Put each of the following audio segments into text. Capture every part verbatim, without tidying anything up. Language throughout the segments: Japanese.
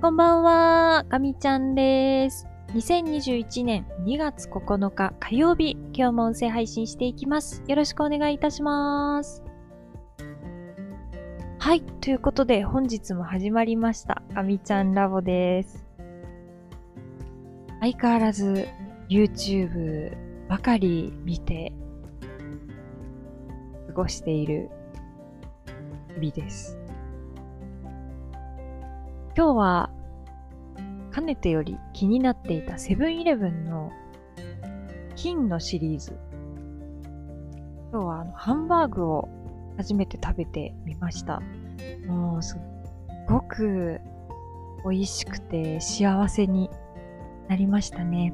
こんばんは、かみちゃんです。にせんにじゅういちねんにがつここのか火曜日、今日も音声配信していきます。よろしくお願いいたします。はい、ということで本日も始まりました、かみちゃんラボです。相変わらず YouTube ばかり見て過ごしている日々です。今日はかねてより気になっていたセブンイレブンの金のシリーズ。今日はあのハンバーグを初めて食べてみました。もうすごく美味しくて幸せになりましたね。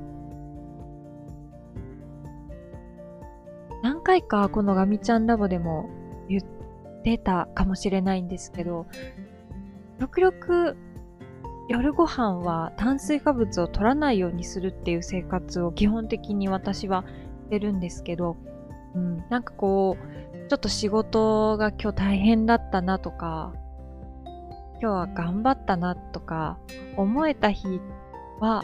何回かこのガミちゃんラボでも言ってたかもしれないんですけど、極力夜ご飯は炭水化物を取らないようにするっていう生活を基本的に私はしてるんですけど、うん、なんかこうちょっと仕事が今日大変だったなとか、今日は頑張ったなとか思えた日は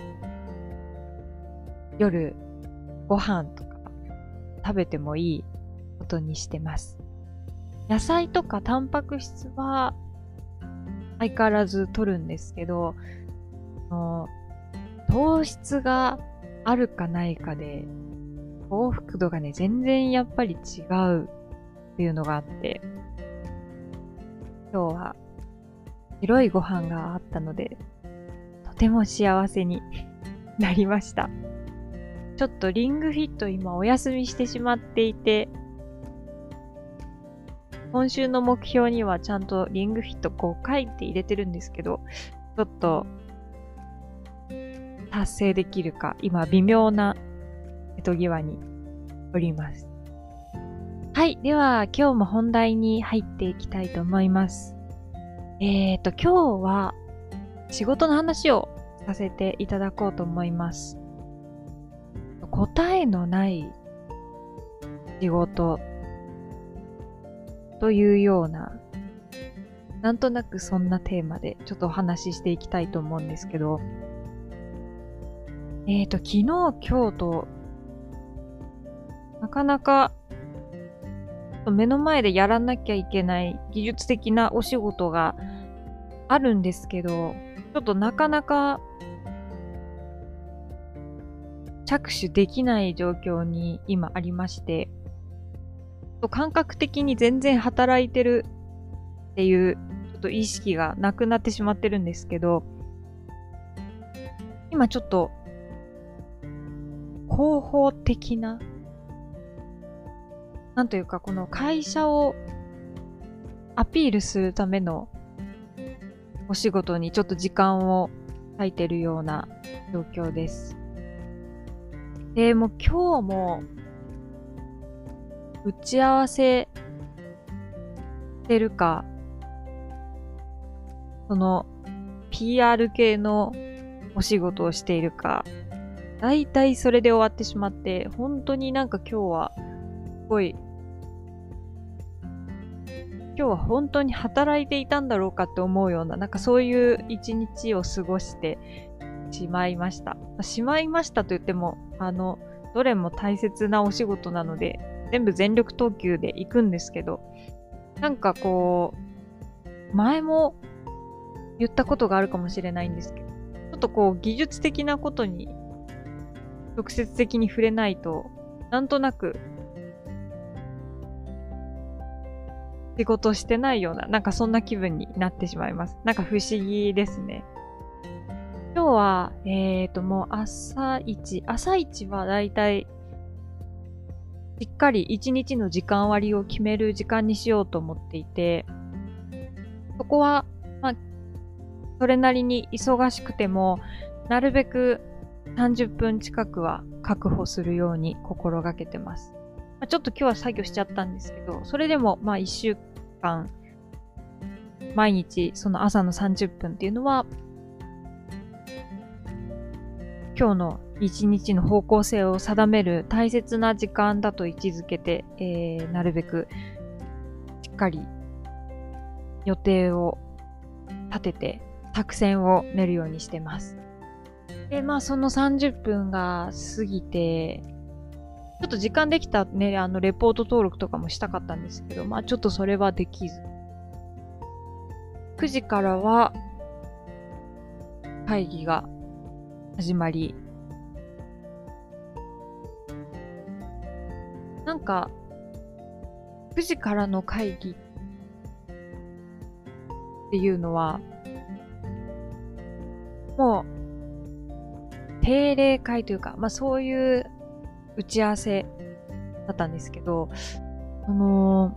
夜ご飯とか食べてもいいことにしてます。野菜とかタンパク質は相変わらず取るんですけど、の糖質があるかないかで幸福度がね全然やっぱり違うっていうのがあって、今日は白いご飯があったのでとても幸せになりました。ちょっとリングフィット今お休みしてしまっていて、今週の目標にはちゃんとリングフィットごかいって入れてるんですけど、ちょっと達成できるか今微妙な瀬戸際におります。はい、では今日も本題に入っていきたいと思います。えーと今日は仕事の話をさせていただこうと思います。答えのない仕事というような、なんとなくそんなテーマでちょっとお話ししていきたいと思うんですけど、えーと昨日今日となかなか目の前でやらなきゃいけない技術的なお仕事があるんですけど、ちょっとなかなか着手できない状況に今ありまして、感覚的に全然働いてるっていうちょっと意識がなくなってしまってるんですけど、今ちょっと広報的な、なんというかこの会社をアピールするためのお仕事にちょっと時間を割いてるような状況です。でもう今日も打ち合わせしてるか、その ピーアール 系のお仕事をしているか、だいたいそれで終わってしまって、本当になんか今日はすごい、今日は本当に働いていたんだろうかって思うような、なんかそういう一日を過ごしてしまいました。しまいましたと言っても、あの、どれも大切なお仕事なので、全部全力投球で行くんですけど、なんかこう、前も言ったことがあるかもしれないんですけど、ちょっとこう技術的なことに直接的に触れないと、なんとなく仕事してないような、なんかそんな気分になってしまいます。なんか不思議ですね。今日は、えーと、もう朝一、朝一はだいたいしっかり一日の時間割を決める時間にしようと思っていて、そこは、まあ、それなりに忙しくても、なるべくさんじゅっぷん近くは確保するように心がけてます。まあ、ちょっと今日は作業しちゃったんですけど、それでもまあいっしゅうかん、毎日その朝のさんじゅっぷんっていうのは、今日の一日の方向性を定める大切な時間だと位置づけて、えー、なるべくしっかり予定を立てて作戦を練るようにしてます。で、まあそのさんじゅっぷんが過ぎて、ちょっと時間できたね、あの、レポート登録とかもしたかったんですけど、まあちょっとそれはできず。くじからは、会議が始まり、なんか、くじからの会議っていうのは、もう、定例会というか、まあそういう打ち合わせだったんですけど、あの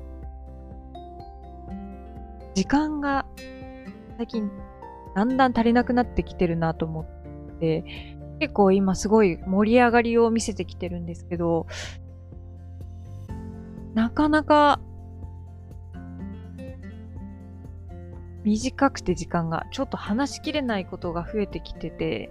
ー、時間が最近だんだん足りなくなってきてるなと思って、結構今すごい盛り上がりを見せてきてるんですけど、なかなか短くて時間がちょっと話しきれないことが増えてきてて、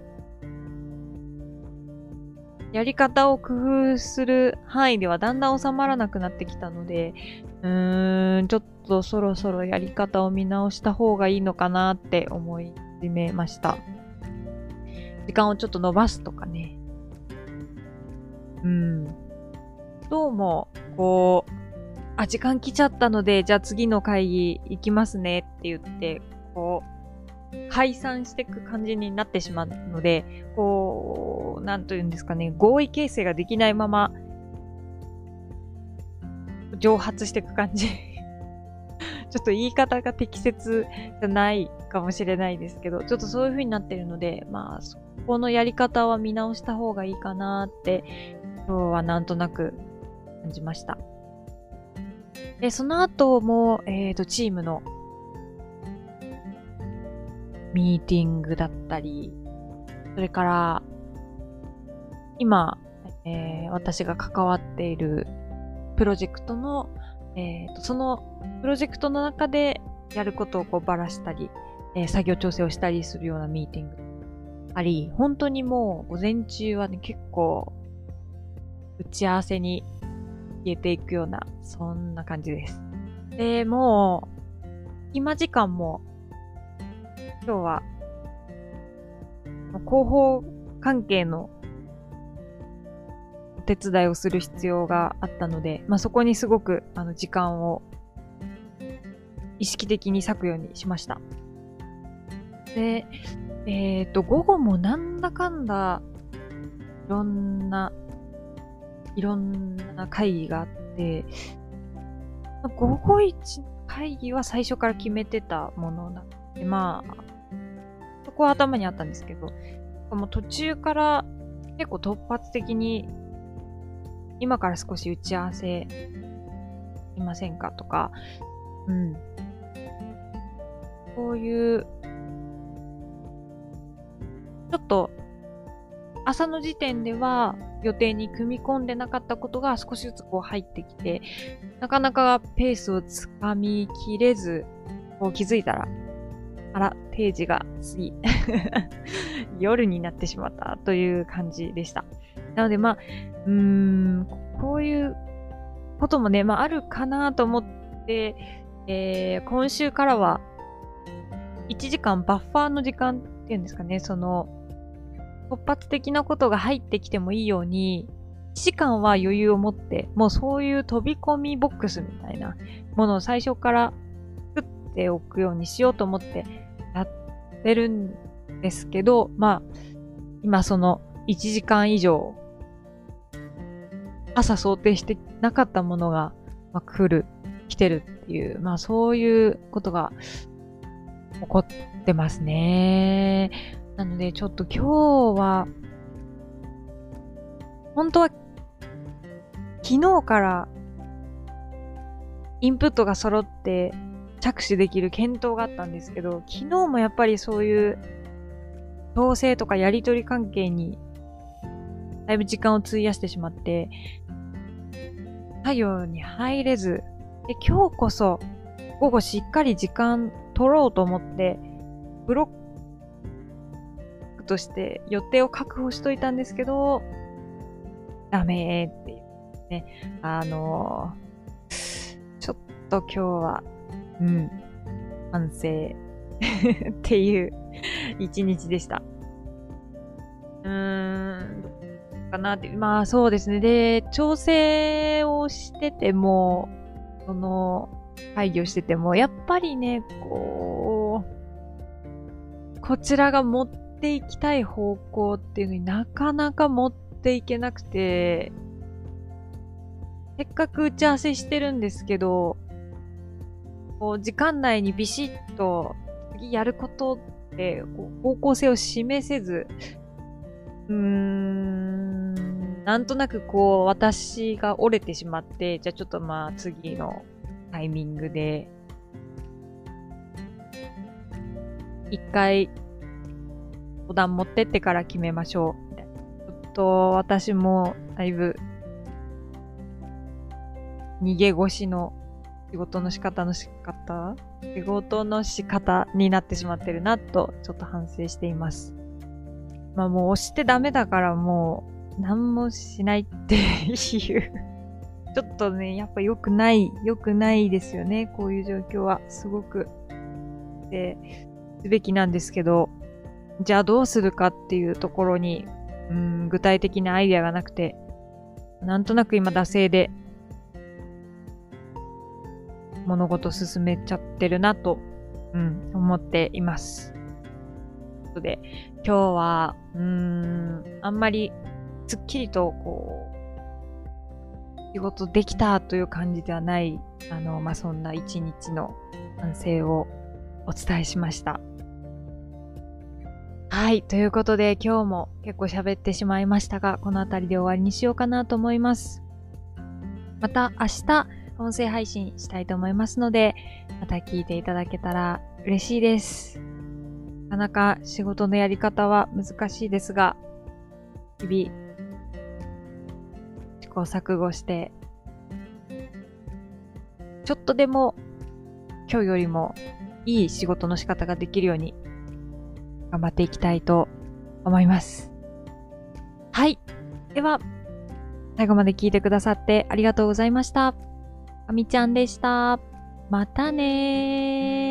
やり方を工夫する範囲ではだんだん収まらなくなってきたので、うーん、ちょっとそろそろやり方を見直した方がいいのかなって思い始めました。時間をちょっと伸ばすとかね。うん。どうも、こう、あ、時間来ちゃったので、じゃあ次の会議行きますねって言って、こう、解散していく感じになってしまうので、こう、なんというんですかね、合意形成ができないまま、蒸発していく感じ。ちょっと言い方が適切じゃないかもしれないですけど、ちょっとそういう風になってるので、まあ、そこのやり方は見直した方がいいかなって、今日はなんとなく感じました。で、その後も、えっと、チームのミーティングだったり、それから、今、えー、私が関わっているプロジェクトの、えっと、そのプロジェクトの中でやることをこうばらしたり、えー、作業調整をしたりするようなミーティングあり、本当にもう午前中はね、結構打ち合わせに消えていくような、そんな感じです。で、もう、暇時間も、今日は、広報関係のお手伝いをする必要があったので、まあ、そこにすごくあの時間を意識的に割くようにしました。で、えっと、午後もなんだかんだ、いろんな、いろんな会議があって、午後一会議は最初から決めてたものなので、まあ、そこは頭にあったんですけど、もう途中から結構突発的に、今から少し打ち合わせいませんかとか、うん。こういう、ちょっと、朝の時点では予定に組み込んでなかったことが少しずつこう入ってきて、なかなかペースをつかみきれず、こう気づいたら、あら、定時が過ぎ、夜になってしまったという感じでした。なのでまあ、うーん、こういうこともね、まああるかなと思って、えー、今週からはいちじかんバッファーの時間っていうんですかね、その、突発的なことが入ってきてもいいように、いちじかんは余裕を持って、もうそういう飛び込みボックスみたいなものを最初から作っておくようにしようと思ってやってるんですけど、まあ、今そのいちじかん以上、朝想定してなかったものが、まあ、来る、来てるっていう、まあそういうことが起こってますね。なのでちょっと今日は、本当は昨日からインプットが揃って着手できる検討があったんですけど、昨日もやっぱりそういう調整とかやり取り関係にだいぶ時間を費やしてしまって、作業に入れず、で今日こそ午後しっかり時間取ろうと思って、ブロックとして予定を確保しといたんですけど、ダメーっていうね。あのー、ちょっと今日は、うん、反省っていう一日でした。うーん、どうかなって。まあそうですね。で、調整をしてても、その、会議をしてても、やっぱりね、こう、こちらが持っていきたい方向っていうのになかなか持っていけなくて、せっかく打ち合わせしてるんですけど、こう時間内にビシッと次やることってこう方向性を示せず、うーん、なんとなくこう私が折れてしまって、じゃあちょっとまあ次のタイミングで、一回、相談持ってってから決めましょう。ちょっと私もだいぶ逃げ腰の仕事の仕方の仕方仕事の仕方になってしまってるなとちょっと反省しています。まあもう押してダメだからもう何もしないっていうちょっとね、やっぱ良くない、良くないですよね。こういう状況はすごく。で、すべきなんですけど、じゃあどうするかっていうところに、うん、具体的なアイデアがなくて、なんとなく今惰性で物事進めちゃってるなと、うん、思っています。ということで、今日は、うーん、あんまりすっきりとこう、仕事できたという感じではない、あの、まあ、そんな一日の反省をお伝えしました。はい。ということで、今日も結構喋ってしまいましたが、この辺りで終わりにしようかなと思います。また明日、音声配信したいと思いますので、また聞いていただけたら嬉しいです。なかなか仕事のやり方は難しいですが、日々、試行錯誤して、ちょっとでも今日よりもいい仕事の仕方ができるように頑張っていきたいと思います。はい。では、最後まで聞いてくださってありがとうございました。あみちゃんでした。またねー。